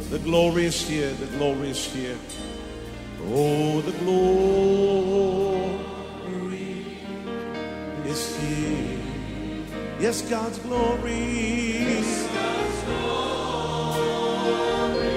The glory is here. The glory is here. Oh, the glory is here. Yes, God's glory. Yes, God's glory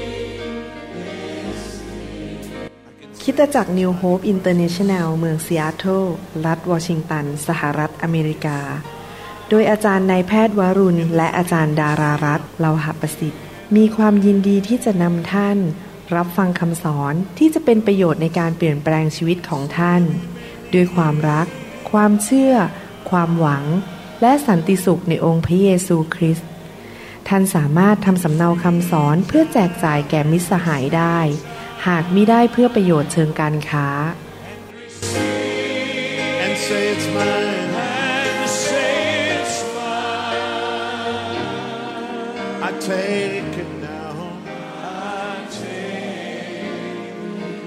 is here. คริสตจักร New Hope International เมืองซีแอตเทิลรัฐวอชิงตันสหรัฐอเมริกาโดยอาจารย์นายแพทย์วรุณและอาจารย์ดารารัตน์เลาหประสิทธิ์มีความยินดีที่จะนำท่านรับฟังคำสอนที่จะเป็นประโยชน์ในการเปลี่ยนแปลงชีวิตของท่านด้วยความรักความเชื่อความหวังและสันติสุขในองค์พระเยซูคริสต์ท่านสามารถทำสำเนาคำสอนเพื่อแจกจ่ายแก่มิตรสหายได้หากมิได้เพื่อประโยชน์เชิงการค้า And say it's mine. And say it's mine. I take it now. I take it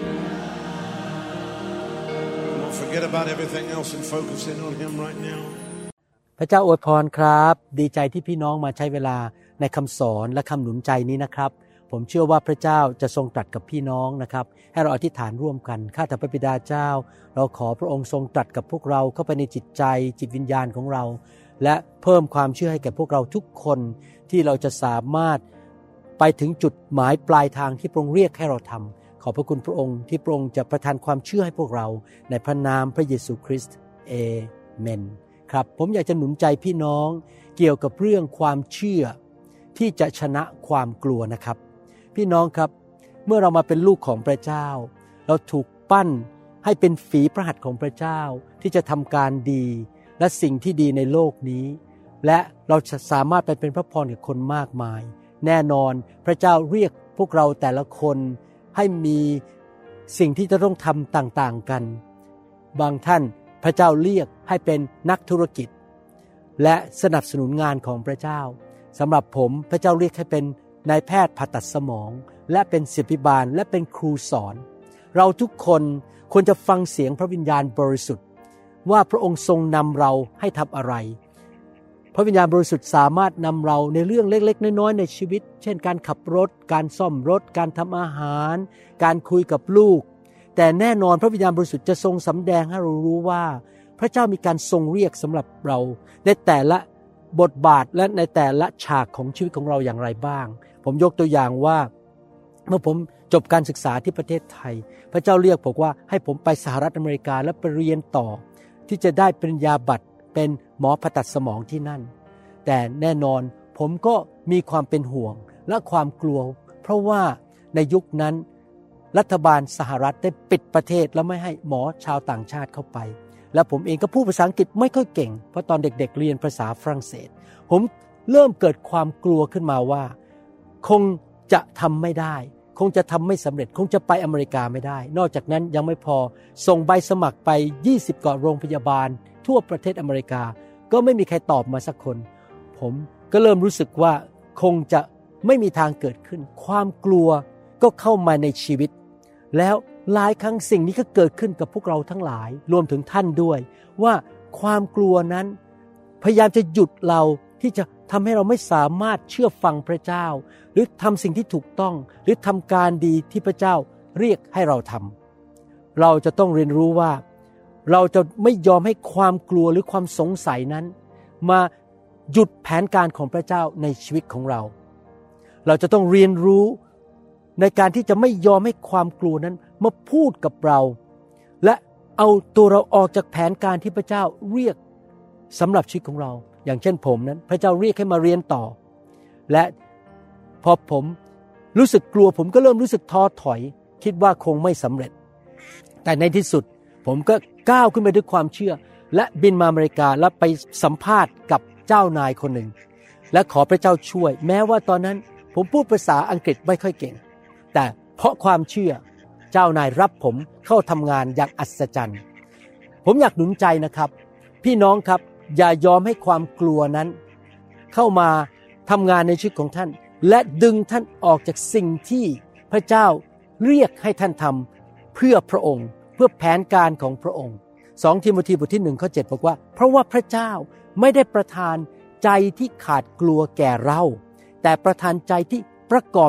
now. Don't forget about everything else and focus in on Him right now. พระเจ้าอวยพรครับดีใจที่พี่น้องมาใช้เวลาในคำสอนและคำหนุนใจนี้นะครับผมเชื่อว่าพระเจ้าจะทรงตรัสกับพี่น้องนะครับให้เราอธิษฐานร่วมกันข้าแต่พระบิดาเจ้าเราขอพระองค์ทรงตรัสกับพวกเราเข้าไปในจิตใจจิตวิญญาณของเราและเพิ่มความเชื่อให้แก่พวกเราทุกคนที่เราจะสามารถไปถึงจุดหมายปลายทางที่พระองค์เรียกให้เราทำขอบพระคุณพระองค์ที่พระองค์จะประทานความเชื่อให้พวกเราในพระนามพระเยซูคริสต์เอเมนครับผมอยากจะหนุนใจพี่น้องเกี่ยวกับเรื่องความเชื่อที่จะชนะความกลัวนะครับพี่น้องครับเมื่อเรามาเป็นลูกของพระเจ้าเราถูกปั้นให้เป็นฝีพระหัตถ์ของพระเจ้าที่จะทำการดีและสิ่งที่ดีในโลกนี้และเราจะสามารถไปเป็นพระพรกับคนมากมายแน่นอนพระเจ้าเรียกพวกเราแต่ละคนให้มีสิ่งที่จะต้องทำต่างๆกันบางท่านพระเจ้าเรียกให้เป็นนักธุรกิจและสนับสนุนงานของพระเจ้าสำหรับผมพระเจ้าเรียกให้เป็นนายแพทย์ผ่าตัดสมองและเป็นศิษยาภิบาลและเป็นครูสอนเราทุกคนควรจะฟังเสียงพระวิญญาณบริสุทธิ์ว่าพระองค์ทรงนำเราให้ทำอะไรพระวิญญาณบริสุทธิ์สามารถนำเราในเรื่องเล็กๆน้อยๆในชีวิตเช่นการขับรถการซ่อมรถการทำอาหารการคุยกับลูกแต่แน่นอนพระวิญญาณบริสุทธิ์จะทรงสำแดงให้เรารู้ว่าพระเจ้ามีการทรงเรียกสำหรับเราในแต่ละบทบาทและในแต่ละฉากของชีวิตของเราอย่างไรบ้างผมยกตัวอย่างว่าเมื่อผมจบการศึกษาที่ประเทศไทยพระเจ้าเรียกผมว่าให้ผมไปสหรัฐอเมริกาและไปเรียนต่อที่จะได้ปริญญาบัตรเป็นหมอผ่าตัดสมองที่นั่นแต่แน่นอนผมก็มีความเป็นห่วงและความกลัวเพราะว่าในยุคนั้นรัฐบาลสหรัฐได้ปิดประเทศและไม่ให้หมอชาวต่างชาติเข้าไปและผมเองก็พูดภาษาอังกฤษไม่ค่อยเก่งเพราะตอนเด็กๆเรียนภาษาฝรั่งเศสผมเริ่มเกิดความกลัวขึ้นมาว่าคงจะทำไม่ได้คงจะทำไม่สำเร็จคงจะไปอเมริกาไม่ได้นอกจากนั้นยังไม่พอส่งใบสมัครไป20กว่าโรงพยาบาลทั่วประเทศอเมริกาก็ไม่มีใครตอบมาสักคนผมก็เริ่มรู้สึกว่าคงจะไม่มีทางเกิดขึ้นความกลัวก็เข้ามาในชีวิตแล้วหลายครั้งสิ่งนี้ก็เกิดขึ้นกับพวกเราทั้งหลายรวมถึงท่านด้วยว่าความกลัวนั้นพยายามจะหยุดเราที่จะทำให้เราไม่สามารถเชื่อฟังพระเจ้าหรือทำสิ่งที่ถูกต้องหรือทำการดีที่พระเจ้าเรียกให้เราทำเราจะต้องเรียนรู้ว่าเราจะไม่ยอมให้ความกลัวหรือความสงสัยนั้นมาหยุดแผนการของพระเจ้าในชีวิตของเราเราจะต้องเรียนรู้ในการที่จะไม่ยอมให้ความกลัวนั้นมาพูดกับเราและเอาตัวเราออกจากแผนการที่พระเจ้าเรียกสำหรับชีวิตของเราอย่างเช่นผมนั้นพระเจ้าเรียกให้มาเรียนต่อและพอผมรู้สึกกลัวผมก็เริ่มรู้สึกท้อถอยคิดว่าคงไม่สำเร็จแต่ในที่สุดผมก็ก้าวขึ้นไปด้วยความเชื่อและบินมาอเมริกาแล้วไปสัมภาษณ์กับเจ้านายคนหนึ่งและขอพระเจ้าช่วยแม้ว่าตอนนั้นผมพูดภาษาอังกฤษไม่ค่อยเก่งแต่เพราะความเชื่อเจ้านายรับผมเข้าทำงานอย่างอัศจรรย์ผมอยากหนุนใจนะครับพี่น้องครับอย่ายอมให้ความกลัวนั้นเข้ามาทำงานในชีวิตของท่านและดึงท่านออกจากสิ่งที่พระเจ้าเรียกให้ท่านทำเพื่อพระองค์เพื่อแผนการของพระองค์2ทิโมธีบทที่1ข้อ7บอกว่าเพราะว่าพระเจ้าไม่ได้ประทานใจที่ขาดกลัวแก่เราแต่ประทานใจที่ประกอบด้วย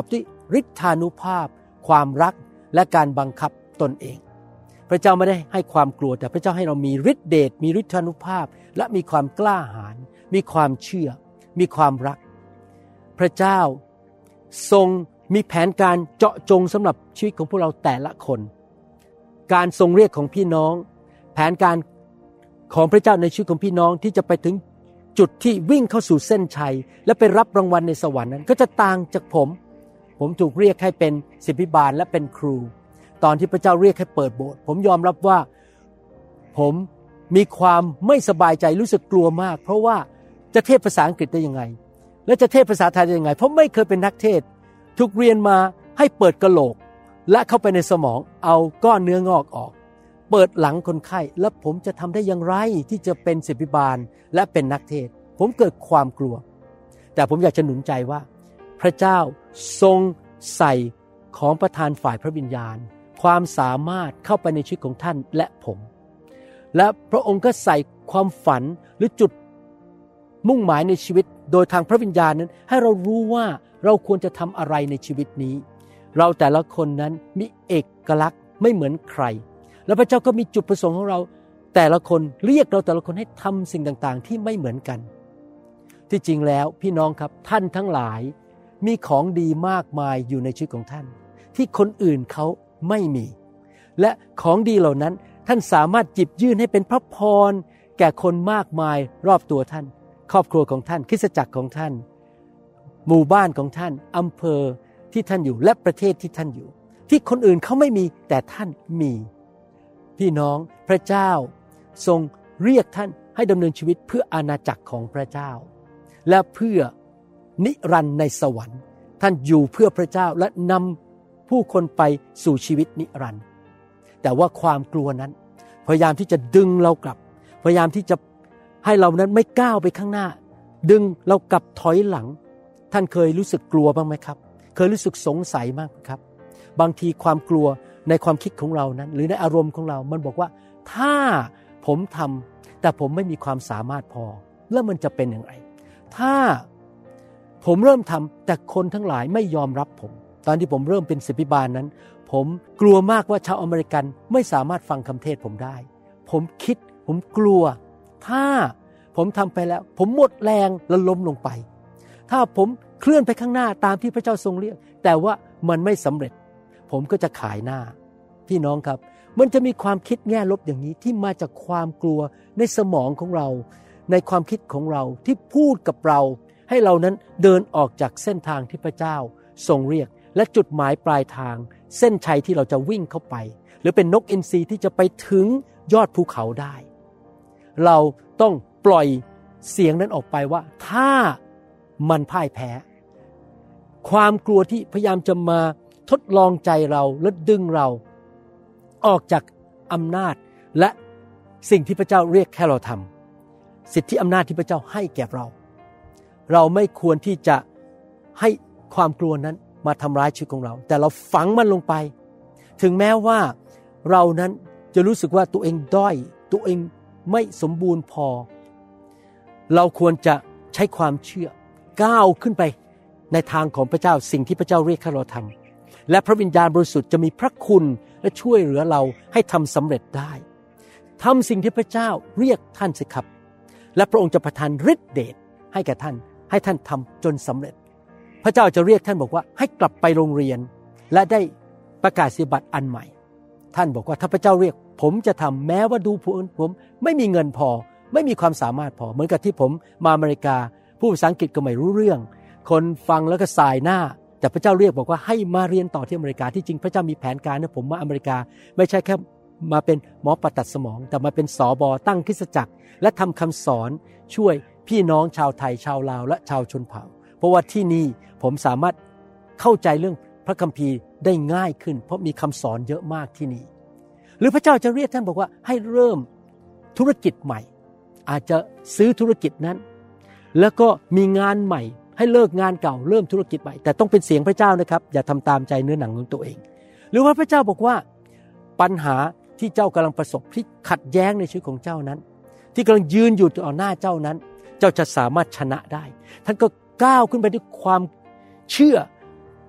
ฤทธานุภาพความรักและการบังคับตนเองพระเจ้าไม่ได้ให้ความกลัวแต่พระเจ้าให้เรามีฤทธิเดชมีฤทธานุภาพและมีความกล้าหาญมีความเชื่อมีความรักพระเจ้าทรงมีแผนการเจาะจงสำหรับชีวิตของพวกเราแต่ละคนการทรงเรียกของพี่น้องแผนการของพระเจ้าในชีวิตของพี่น้องที่จะไปถึงจุดที่วิ่งเข้าสู่เส้นชัยและไปรับรางวัลในสวรรค์นั้นก็จะต่างจากผมถูกเรียกให้เป็นศิษย์พิบาลและเป็นครูตอนที่พระเจ้าเรียกให้เปิดโบสถ์ผมยอมรับว่าผมมีความไม่สบายใจรู้สึกกลัวมากเพราะว่าจะเทศภาษาอังกฤษได้ยังไงและจะเทศภาษาไทยได้ยังไงเพราะไม่เคยเป็นนักเทศถูกเรียนมาให้เปิดกะโหลกและเข้าไปในสมองเอาก้อนเนื้องอกออกเปิดหลังคนไข้แล้วผมจะทำได้อย่างไรที่จะเป็นศิษย์พิบาลและเป็นนักเทศผมเกิดความกลัวแต่ผมอยากจะหนุนใจว่าพระเจ้าทรงใส่ของประทานฝ่ายพระวิญญาณความสามารถเข้าไปในชีวิตของท่านและผมและพระองค์ก็ใส่ความฝันหรือจุดมุ่งหมายในชีวิตโดยทางพระวิญญาณนั้นให้เรารู้ว่าเราควรจะทำอะไรในชีวิตนี้เราแต่ละคนนั้นมีเอกลักษณ์ไม่เหมือนใครและพระเจ้าก็มีจุดประสงค์ของเราแต่ละคนเรียกเราแต่ละคนให้ทำสิ่งต่างๆที่ไม่เหมือนกันที่จริงแล้วพี่น้องครับท่านทั้งหลายมีของดีมากมายอยู่ในชีวิตของท่านที่คนอื่นเขาไม่มีและของดีเหล่านั้นท่านสามารถหยิบยื่นให้เป็นพระพรแก่คนมากมายรอบตัวท่านครอบครัวของท่านคริสตจักรของท่านหมู่บ้านของท่านอำเภอที่ท่านอยู่และประเทศที่ท่านอยู่ที่คนอื่นเขาไม่มีแต่ท่านมีพี่น้องพระเจ้าทรงเรียกท่านให้ดำเนินชีวิตเพื่ออาณาจักรของพระเจ้าและเพื่อนิรันดร์ในสวรรค์ท่านอยู่เพื่อพระเจ้าและนำผู้คนไปสู่ชีวิตนิรันดร์แต่ว่าความกลัวนั้นพยายามที่จะดึงเรากลับพยายามที่จะให้เรานั้นไม่ก้าวไปข้างหน้าดึงเรากลับถอยหลังท่านเคยรู้สึกกลัวบ้างไหมครับเคยรู้สึกสงสัยมากครับบางทีความกลัวในความคิดของเรานั้นหรือในอารมณ์ของเรามันบอกว่าถ้าผมทำแต่ผมไม่มีความสามารถพอแล้วมันจะเป็นอย่างไรถ้าผมเริ่มทำแต่คนทั้งหลายไม่ยอมรับผมตอนที่ผมเริ่มเป็นศิษย์พิบาลนั้นผมกลัวมากว่าชาวอเมริกันไม่สามารถฟังคำเทศผมได้ผมกลัวถ้าผมทำไปแล้วผมหมดแรงและล้มลงไปถ้าผมเคลื่อนไปข้างหน้าตามที่พระเจ้าทรงเรียกแต่ว่ามันไม่สำเร็จผมก็จะขายหน้าพี่น้องครับมันจะมีความคิดแง่ลบอย่างนี้ที่มาจากความกลัวในสมองของเราในความคิดของเราที่พูดกับเราให้เรานั้นเดินออกจากเส้นทางที่พระเจ้าทรงเรียกและจุดหมายปลายทางเส้นชัยที่เราจะวิ่งเข้าไปหรือเป็นนกอินทรีที่จะไปถึงยอดภูเขาได้เราต้องปล่อยเสียงนั้นออกไปว่าถ้ามันพ่ายแพ้ความกลัวที่พยายามจะมาทดลองใจเราและดึงเราออกจากอำนาจและสิ่งที่พระเจ้าเรียกแค่เราทำสิทธิอำนาจที่พระเจ้าให้แก่เราไม่ควรที่จะให้ความกลัวนั้นมาทำร้ายชีวิตของเราแต่เราฝังมันลงไปถึงแม้ว่าเรานั้นจะรู้สึกว่าตัวเองด้อยตัวเองไม่สมบูรณ์พอเราควรจะใช้ความเชื่อก้าวขึ้นไปในทางของพระเจ้าสิ่งที่พระเจ้าเรียกให้เราทำและพระวิญญาณบริสุทธิ์จะมีพระคุณและช่วยเหลือเราให้ทำสำเร็จได้ทำสิ่งที่พระเจ้าเรียกท่านสิครับและพระองค์จะประทานฤทธิ์เดชให้แก่ท่านให้ท่านทำจนสำเร็จพระเจ้าจะเรียกท่านบอกว่าให้กลับไปโรงเรียนและได้ประกาศนียบัตรอันใหม่ท่านบอกว่าถ้าพระเจ้าเรียกผมจะทำแม้ว่าดูผมไม่มีเงินพอไม่มีความสามารถพอเหมือนกับที่ผมมาอเมริกาพูดภาษาอังกฤษก็ไม่รู้เรื่องคนฟังแล้วก็สายหน้าแต่พระเจ้าเรียกบอกว่าให้มาเรียนต่อที่อเมริกาที่จริงพระเจ้ามีแผนการให้ผมมาอเมริกาไม่ใช่แค่มาเป็นหมอผ่าตัดสมองแต่มาเป็นสบตั้งคริสตจักรและทำคำสอนช่วยพี่น้องชาวไทยชาวลาวและชาวชนเผ่าเพราะว่าที่นี่ผมสามารถเข้าใจเรื่องพระคัมภีร์ได้ง่ายขึ้นเพราะมีคำสอนเยอะมากที่นี่หรือพระเจ้าจะเรียกท่านบอกว่าให้เริ่มธุรกิจใหม่อาจจะซื้อธุรกิจนั้นแล้วก็มีงานใหม่ให้เลิกงานเก่าเริ่มธุรกิจใหม่แต่ต้องเป็นเสียงพระเจ้านะครับอย่าทำตามใจเนื้อหนังของตัวเองหรือว่าพระเจ้าบอกว่าปัญหาที่เจ้ากำลังประสบที่ขัดแย้งในชีวิตของเจ้านั้นที่กำลังยืนอยู่ต่อหน้าเจ้านั้นเจ้าจะสามารถชนะได้ท่านก็ก้าวขึ้นไปด้วยความเชื่อ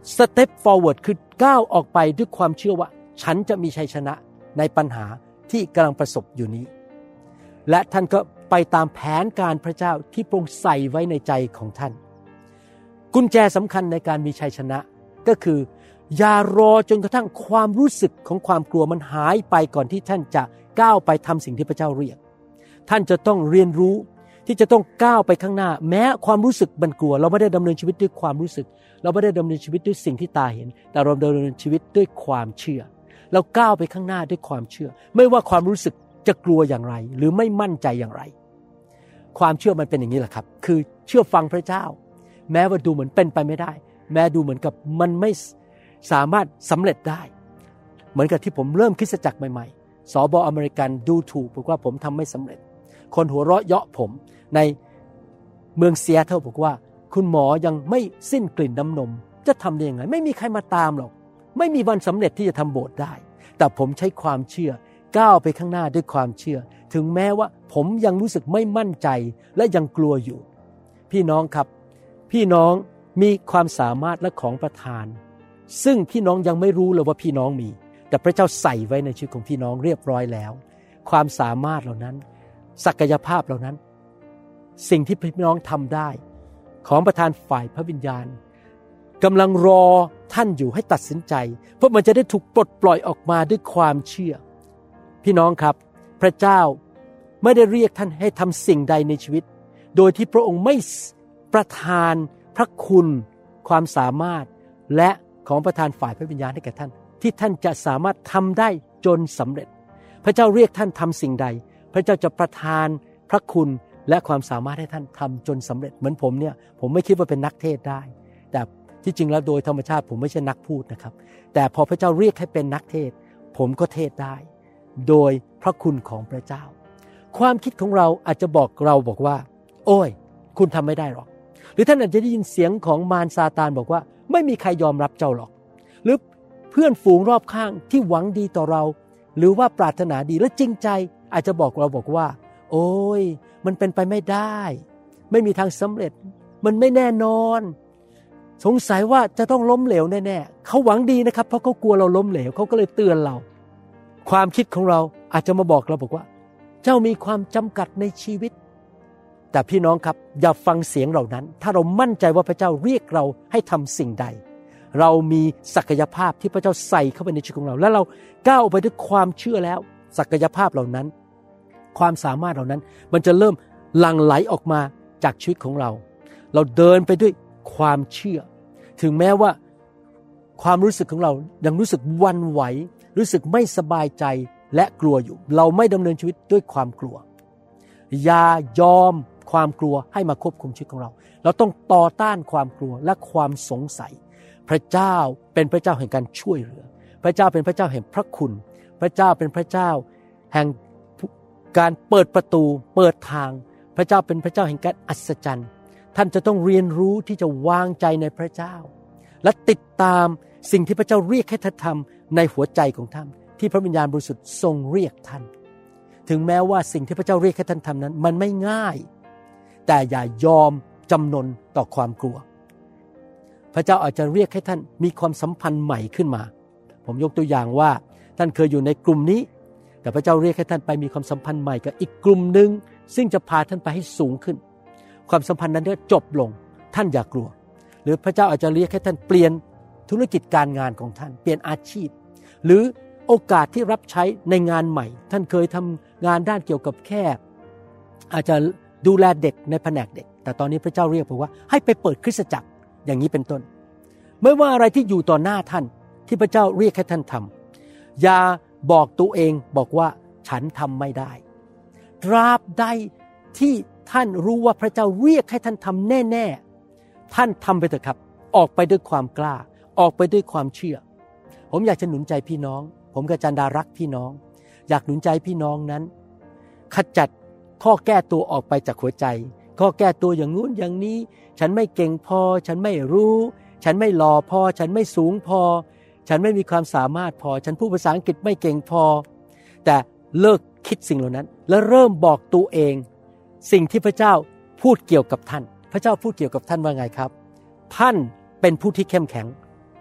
step forward คือก้าวออกไปด้วยความเชื่อว่าฉันจะมีชัยชนะในปัญหาที่กำลังประสบอยู่นี้และท่านก็ไปตามแผนการพระเจ้าที่พระองค์ใส่ไว้ในใจของท่านกุญแจสำคัญในการมีชัยชนะก็คืออย่ารอจนกระทั่งความรู้สึกของความกลัวมันหายไปก่อนที่ท่านจะก้าวไปทำสิ่งที่พระเจ้าเรียกท่านจะต้องเรียนรู้ที่จะต้องก้าวไปข้างหน้าแม้ความรู้สึกมันกลัวเราไม่ได้ดำเนินชีวิตด้วยความรู้สึกเราไม่ได้ดำเนินชีวิตด้วยสิ่งที่ตาเห็นแต่เราดำเนินชีวิตด้วยความเชื่อเราก้าวไปข้างหน้าด้วยความเชื่อไม่ว่าความรู้สึกจะกลัวอย่างไรหรือไม่มั่นใจอย่างไรความเชื่อมันเป็นอย่างนี้แหละครับคือเชื่อฟังพระเจ้าแม้ว่าดูเหมือนเป็นไปไม่ได้แม้ดูเหมือนกับมันไม่สามารถสำเร็จได้เหมือนกับที่ผมเริ่มคริสตจักรใหม่ๆสบอเมริกันดูถูกบอกว่าผมทำไม่สำเร็จคนหัวเราะเยาะผมในเมืองซีแอตเทิลบอกว่าคุณหมอยังไม่สิ้นกลิ่นน้ำนมจะทำได้ยังไงไม่มีใครมาตามหรอกไม่มีวันสำเร็จที่จะทำโบสถ์ได้แต่ผมใช้ความเชื่อก้าวไปข้างหน้าด้วยความเชื่อถึงแม้ว่าผมยังรู้สึกไม่มั่นใจและยังกลัวอยู่พี่น้องครับพี่น้องมีความสามารถและของประทานซึ่งพี่น้องยังไม่รู้เลยว่าพี่น้องมีแต่พระเจ้าใส่ไว้ในชีวิตของพี่น้องเรียบร้อยแล้วความสามารถเหล่านั้นศักยภาพเหล่านั้นสิ่งที่พี่น้องทำได้ของประทานฝ่ายพระวิญญาณกำลังรอท่านอยู่ให้ตัดสินใจเพราะมันจะได้ถูกปลดปล่อยออกมาด้วยความเชื่อพี่น้องครับพระเจ้าไม่ได้เรียกท่านให้ทำสิ่งใดในชีวิตโดยที่พระองค์ไม่ประทานพระคุณความสามารถและของประทานฝ่ายพระวิญญาณให้แก่ท่านที่ท่านจะสามารถทำได้จนสำเร็จพระเจ้าเรียกท่านทำสิ่งใดพระเจ้าจะประทานพระคุณและความสามารถให้ท่านทำจนสำเร็จเหมือนผมเนี่ยผมไม่คิดว่าเป็นนักเทศได้แต่ที่จริงแล้วโดยธรรมชาติผมไม่ใช่นักพูดนะครับแต่พอพระเจ้าเรียกให้เป็นนักเทศผมก็เทศได้โดยพระคุณของพระเจ้าความคิดของเราอาจจะบอกว่าโอ้ยคุณทำไม่ได้หรอกหรือท่านอาจจะได้ยินเสียงของมารซาตานบอกว่าไม่มีใครยอมรับเจ้าหรอกหรือเพื่อนฝูงรอบข้างที่หวังดีต่อเราหรือว่าปรารถนาดีและจริงใจอาจจะบอกว่าโอ้ยมันเป็นไปไม่ได้ไม่มีทางสำเร็จมันไม่แน่นอนสงสัยว่าจะต้องล้มเหลวแน่ๆเขาหวังดีนะครับเพราะเขากลัวเราล้มเหลวเขาก็เลยเตือนเราความคิดของเราอาจจะมาบอกเราบอกว่าเจ้ามีความจำกัดในชีวิตแต่พี่น้องครับอย่าฟังเสียงเหล่านั้นถ้าเรามั่นใจว่าพระเจ้าเรียกเราให้ทำสิ่งใดเรามีศักยภาพที่พระเจ้าใส่เข้าไปในชีวิตของเราและเราก้าวไปด้วยความเชื่อแล้วศักยภาพเหล่านั้นความสามารถเหล่านั้นมันจะเริ่มหลั่งไหลออกมาจากชีวิตของเราเราเดินไปด้วยความเชื่อถึงแม้ว่าความรู้สึกของเรายังรู้สึกหวั่นไหวรู้สึกไม่สบายใจและกลัวอยู่เราไม่ดำเนินชีวิตด้วยความกลัวอย่ายอมความกลัวให้มาควบคุมชีวิตของเราเราต้องต่อต้านความกลัวและความสงสัยพระเจ้าเป็นพระเจ้าแห่งการช่วยเหลือพระเจ้าเป็นพระเจ้าแห่งพระคุณพระเจ้าเป็นพระเจ้าแห่งการเปิดประตูเปิดทางพระเจ้าเป็นพระเจ้าแห่งการอัศจรรย์ท่านจะต้องเรียนรู้ที่จะวางใจในพระเจ้าและติดตามสิ่งที่พระเจ้าเรียกให้ท่านทำในหัวใจของท่านที่พระวิญญาณบริสุทธิ์ทรงเรียกท่านถึงแม้ว่าสิ่งที่พระเจ้าเรียกให้ท่านทำนั้นมันไม่ง่ายแต่อย่ายอมจำนนต่อความกลัวพระเจ้าอาจจะเรียกให้ท่านมีความสัมพันธ์ใหม่ขึ้นมาผมยกตัวอย่างว่าท่านเคยอยู่ในกลุ่มนี้แต่พระเจ้าเรียกให้ท่านไปมีความสัมพันธ์ใหม่กับอีกกลุ่มนึงซึ่งจะพาท่านไปให้สูงขึ้นความสัมพันธ์นั้นก็จบลงท่านอย่ากลัวหรือพระเจ้าอาจจะเรียกให้ท่านเปลี่ยนธุรกิจการงานของท่านเปลี่ยนอาชีพหรือโอกาสที่รับใช้ในงานใหม่ท่านเคยทำงานด้านเกี่ยวกับแค่อาจจะดูแลเด็กในแผนกเด็กแต่ตอนนี้พระเจ้าเรียกบอกว่าให้ไปเปิดคริสตจักรอย่างนี้เป็นต้นไม่ว่าอะไรที่อยู่ต่อหน้าท่านที่พระเจ้าเรียกให้ท่านทำอย่าบอกตัวเองบอกว่าฉันทำไม่ได้ตราบใดที่ท่านรู้ว่าพระเจ้าเรียกให้ท่านทำแน่ๆท่านทำไปเถอะครับออกไปด้วยความกล้าออกไปด้วยความเชื่อผมอยากจะหนุนใจพี่น้องผมกับจันดารักพี่น้องอยากหนุนใจพี่น้องนั้นขจัดข้อแก้ตัวออกไปจากหัวใจข้อแก้ตัวอย่างงู้นอย่างนี้ฉันไม่เก่งพอฉันไม่รู้ฉันไม่หล่อพอฉันไม่สูงพอฉันไม่มีความสามารถพอฉันพูดภาษาอังกฤษไม่เก่งพอแต่เลิกคิดสิ่งเหล่านั้นแล้วเริ่มบอกตัวเองสิ่งที่พระเจ้าพูดเกี่ยวกับท่านพระเจ้าพูดเกี่ยวกับท่านว่าไงครับท่านเป็นผู้ที่เข้มแข็ง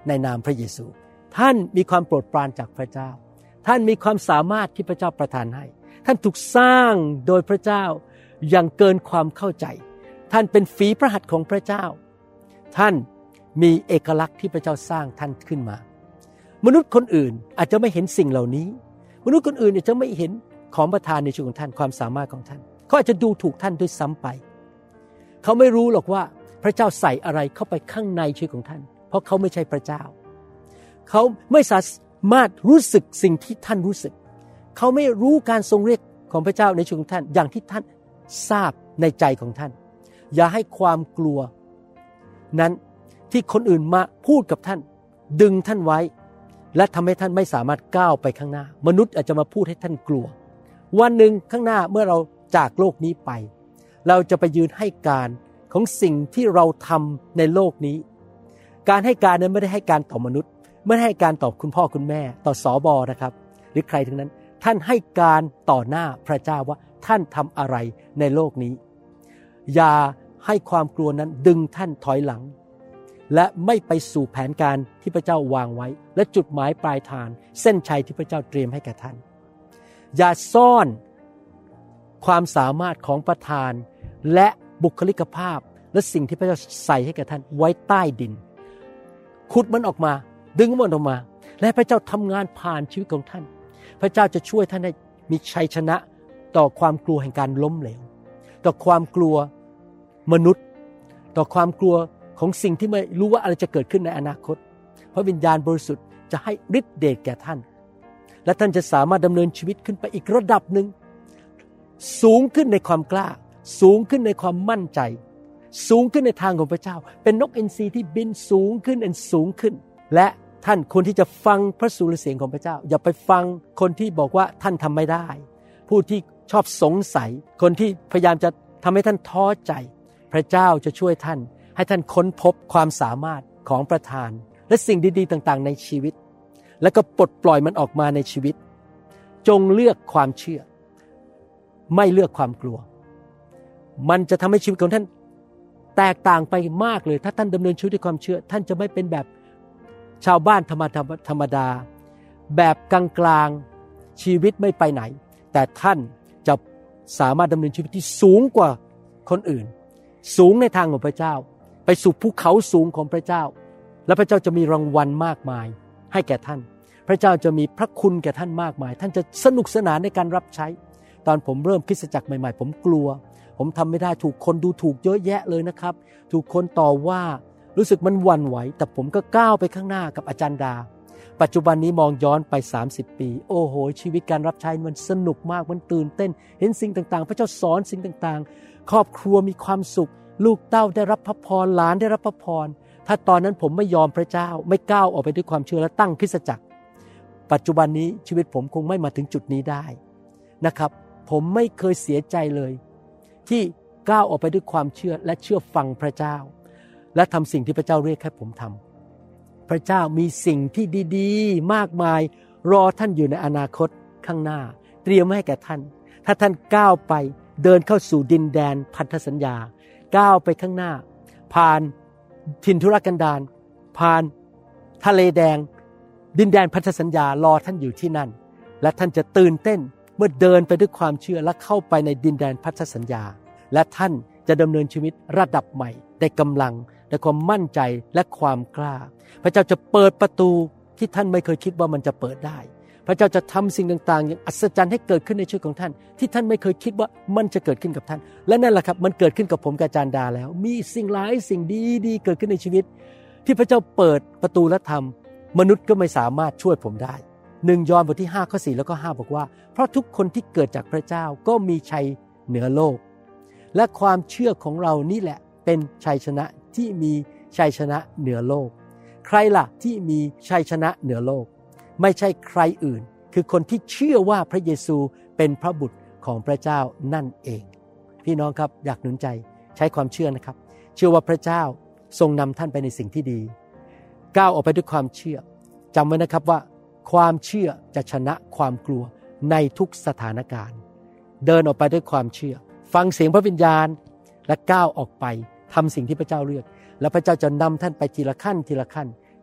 ในนามพระเยซูท่านมีความโปรดปรานจากพระเจ้าท่านมีความสามารถที่พระเจ้าประทานให้ท่านถูกสร้างโดยพระเจ้าอย่างเกินความเข้าใจท่านเป็นฝีพระหัตถ์ของพระเจ้าท่านมีเอกลักษณ์ที่พระเจ้าสร้างท่านขึ้นมามนุษย์คนอื่นอาจจะไม่เห็นสิ่งเหล่านี้มนุษย์คนอื่นอาจจะไม่เห็นของประทานในชีวิตของท่านความสามารถของท่านเขาอาจจะดูถูกท่านด้วยซ้ำไปเขาไม่รู้หรอกว่าพระเจ้าใส่อะไรเข้าไปข้างในชีวิตของท่านเพราะเขาไม่ใช่พระเจ้าเขาไม่สามารถรู้สึกสิ่งที่ท่านรู้สึกเขาไม่รู้การทรงเรียกของพระเจ้าในชีวิตของท่านอย่างที่ท่านทราบในใจของท่านอย่าให้ความกลัวนั้นที่คนอื่นมาพูดกับท่านดึงท่านไว้และทำให้ท่านไม่สามารถก้าวไปข้างหน้ามนุษย์อาจจะมาพูดให้ท่านกลัววันหนึ่งข้างหน้าเมื่อเราจากโลกนี้ไปเราจะไปยืนให้การของสิ่งที่เราทำในโลกนี้การให้การนั้นไม่ได้ให้การต่อมนุษย์ไม่ได้ให้การต่อคุณพ่อคุณแม่ต่อสบนะครับหรือใครทั้งนั้นท่านให้การต่อหน้าพระเจ้าว่าท่านทำอะไรในโลกนี้อย่าให้ความกลัวนั้นดึงท่านถอยหลังและไม่ไปสู่แผนการที่พระเจ้าวางไว้และจุดหมายปลายทางเส้นชัยที่พระเจ้าเตรียมให้แก่ท่านอย่าซ่อนความสามารถของประธานและบุคลิกภาพและสิ่งที่พระเจ้าใส่ให้แก่ท่านไว้ใต้ดินขุดมันออกมาดึงมันออกมาและพระเจ้าทำงานผ่านชีวิตของท่านพระเจ้าจะช่วยท่านให้มีชัยชนะต่อความกลัวแห่งการล้มเหลวต่อความกลัวมนุษย์ต่อความกลัวของสิ่งที่ไม่รู้ว่าอะไรจะเกิดขึ้นในอนาคตเพราะวิญญาณบริสุทธิ์จะให้ฤทธิ์เดชแก่ท่านและท่านจะสามารถดำเนินชีวิตขึ้นไปอีกระดับหนึ่งสูงขึ้นในความกล้าสูงขึ้นในความมั่นใจสูงขึ้นในทางของพระเจ้าเป็นนกอินทรีที่บินสูงขึ้นสูงขึ้นและท่านควรที่จะฟังพระสุรเสียงของพระเจ้าอย่าไปฟังคนที่บอกว่าท่านทำไม่ได้ผู้ที่ชอบสงสัยคนที่พยายามจะทำให้ท่านท้อใจพระเจ้าจะช่วยท่านให้ท่านค้นพบความสามารถของประทานและสิ่งดีๆต่างๆในชีวิตแล้วก็ปลดปล่อยมันออกมาในชีวิตจงเลือกความเชื่อไม่เลือกความกลัวมันจะทำให้ชีวิตของท่านแตกต่างไปมากเลยถ้าท่านดำเนินชีวิตด้วยความเชื่อท่านจะไม่เป็นแบบชาวบ้านธรรมดาแบบกลางๆชีวิตไม่ไปไหนแต่ท่านจะสามารถดำเนินชีวิตที่สูงกว่าคนอื่นสูงในทางของพระเจ้าไปสู่ภูเขาสูงของพระเจ้าและพระเจ้าจะมีรางวัลมากมายให้แก่ท่านพระเจ้าจะมีพระคุณแก่ท่านมากมายท่านจะสนุกสนานในการรับใช้ตอนผมเริ่มคริสตจักรใหม่ๆผมกลัวผมทำไม่ได้ถูกคนดูถูกเยอะแยะเลยนะครับถูกคนต่อว่ารู้สึกมันหวั่นไหวแต่ผมก็ก้าวไปข้างหน้ากับอาจารย์ดาปัจจุบันนี้มองย้อนไป30ปีโอ้โหชีวิตการรับใช้มันสนุกมากมันตื่นเต้นเห็นสิ่งต่างๆพระเจ้าสอนสิ่งต่างๆครอบครัวมีความสุขลูกเต้าได้รับพระพรหลานได้รับพระพรถ้าตอนนั้นผมไม่ยอมพระเจ้าไม่ก้าวออกไปด้วยความเชื่อและตั้งคริสตจักรปัจจุบันนี้ชีวิตผมคงไม่มาถึงจุดนี้ได้นะครับผมไม่เคยเสียใจเลยที่ก้าวออกไปด้วยความเชื่อและเชื่อฟังพระเจ้าและทำสิ่งที่พระเจ้าเรียกให้ผมทำพระเจ้ามีสิ่งที่ดีๆมากมายรอท่านอยู่ในอนาคตข้างหน้าเตรียมไว้ให้แก่ท่านถ้าท่านก้าวไปเดินเข้าสู่ดินแดนพันธสัญญาก้าวไปข้างหน้าผ่านถิ่นทุรกันดารผ่านทะเลแดงดินแดนพันธสัญญารอท่านอยู่ที่นั่นและท่านจะตื่นเต้นเมื่อเดินไปด้วยความเชื่อและเข้าไปในดินแดนพันธสัญญาและท่านจะดำเนินชีวิตระดับใหม่ได้กำลังได้ความมั่นใจและความกล้าพระเจ้าจะเปิดประตูที่ท่านไม่เคยคิดว่ามันจะเปิดได้พระเจ้าจะทำสิ่งต่างๆอย่างอัศจรรย์ให้เกิดขึ้นในชีวิตของท่านที่ท่านไม่เคยคิดว่ามันจะเกิดขึ้นกับท่านและนั่นแหละครับมันเกิดขึ้นกับผมกับอาจารย์ดาแล้วมีสิ่งหลายสิ่งดีๆเกิดขึ้นในชีวิตที่พระเจ้าเปิดประตูและทำมนุษย์ก็ไม่สามารถช่วยผมได้1 ยอห์นบทที่5ข้อ4แล้วก็5บอกว่าเพราะทุกคนที่เกิดจากพระเจ้าก็มีชัยเหนือโลกและความเชื่อของเรานี่แหละเป็นชัยชนะที่มีชัยชนะเหนือโลกใครล่ะที่มีชัยชนะเหนือโลกไม่ใช่ใครอื่นคือคนที่เชื่อว่าพระเยซูเป็นพระบุตรของพระเจ้านั่นเองพี่น้องครับอยากหนุนใจใช้ความเชื่อนะครับเชื่อว่าพระเจ้าทรงนำท่านไปในสิ่งที่ดีก้าวออกไปด้วยความเชื่อจำไว้นะครับว่าความเชื่อจะชนะความกลัวในทุกสถานการณ์เดินออกไปด้วยความเชื่อฟังเสียงพระวิญญาณและก้าวออกไปทำสิ่งที่พระเจ้าเรียกและพระเจ้าจะนำท่านไปทีละขั้นทีละขั้น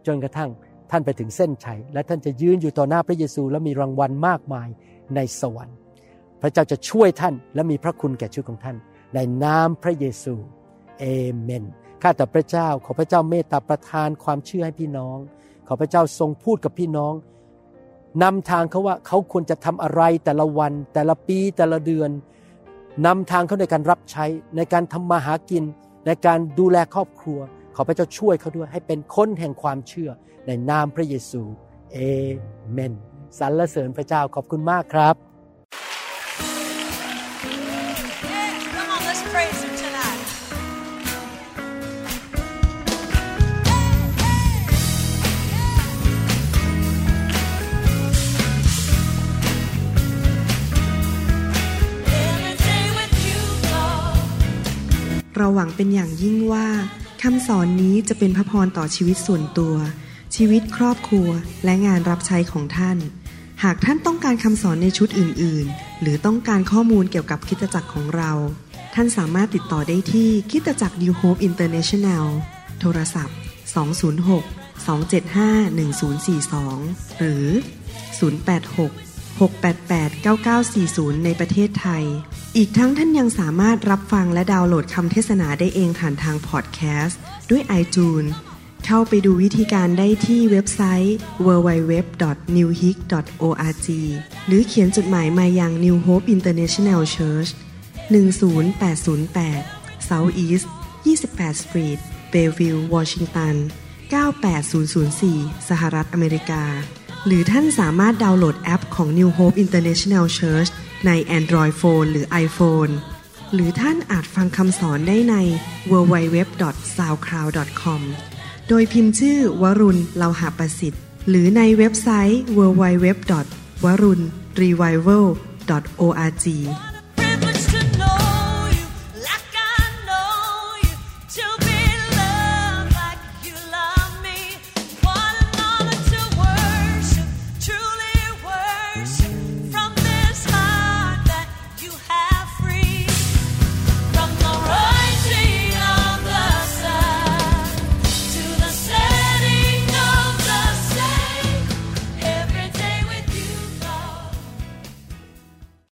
จนกระทั่งท่านไปถึงเส้นชัยและท่านจะยืนอยู่ต่อหน้าพระเยซูและมีรางวัลมากมายในสวรรค์พระเจ้าจะช่วยท่านและมีพระคุณแก่ชีวิตของท่านในนามพระเยซูเอเมนข้าแต่พระเจ้าขอพระเจ้าเมตตาประทานความเชื่อให้พี่น้องขอพระเจ้าทรงพูดกับพี่น้องนำทางเขาว่าเขาควรจะทำอะไรแต่ละวันแต่ละปีแต่ละเดือนนำทางเขาในการรับใช้ในการทำมาหากินในการดูแลครอบครัวขอพระเจ้าช่วยเขาด้วยให้เป็นคนแห่งความเชื่อในนามพระเยซูเอเมนสรรเสริญพระเจ้าขอบคุณมากครับเราหวังเป็นอย่างยิ่งว่าคำสอนนี้จะเป็นพระพรต่อชีวิตส่วนตัวชีวิตครอบครัวและงานรับใช้ของท่านหากท่านต้องการคำสอนในชุดอื่นๆหรือต้องการข้อมูลเกี่ยวกับคริสตจักรของเราท่านสามารถติดต่อได้ที่คริสตจักร New Hope International โทรศัพท์206-275-1042หรือ086-688-9940ในประเทศไทยอีกทั้งท่านยังสามารถรับฟังและดาวน์โหลดคำเทศนาได้เองผ่านทางพอดแคสต์ด้วย iTunes เข้าไปดูวิธีการได้ที่เว็บไซต์ www.newhope.org หรือเขียนจดหมายมายัง New Hope International Church 10808 South East 28 Street Bellevue Washington 98004 สหรัฐอเมริกาหรือท่านสามารถดาวน์โหลดแอปของ New Hope International Church ใน Android Phone หรือ iPhone หรือท่านอาจฟังคำสอนได้ใน www.soundcloud.com โดยพิมพ์ชื่อวรุณ เลาหะประสิทธิ์หรือในเว็บไซต์ www.warunrevival.org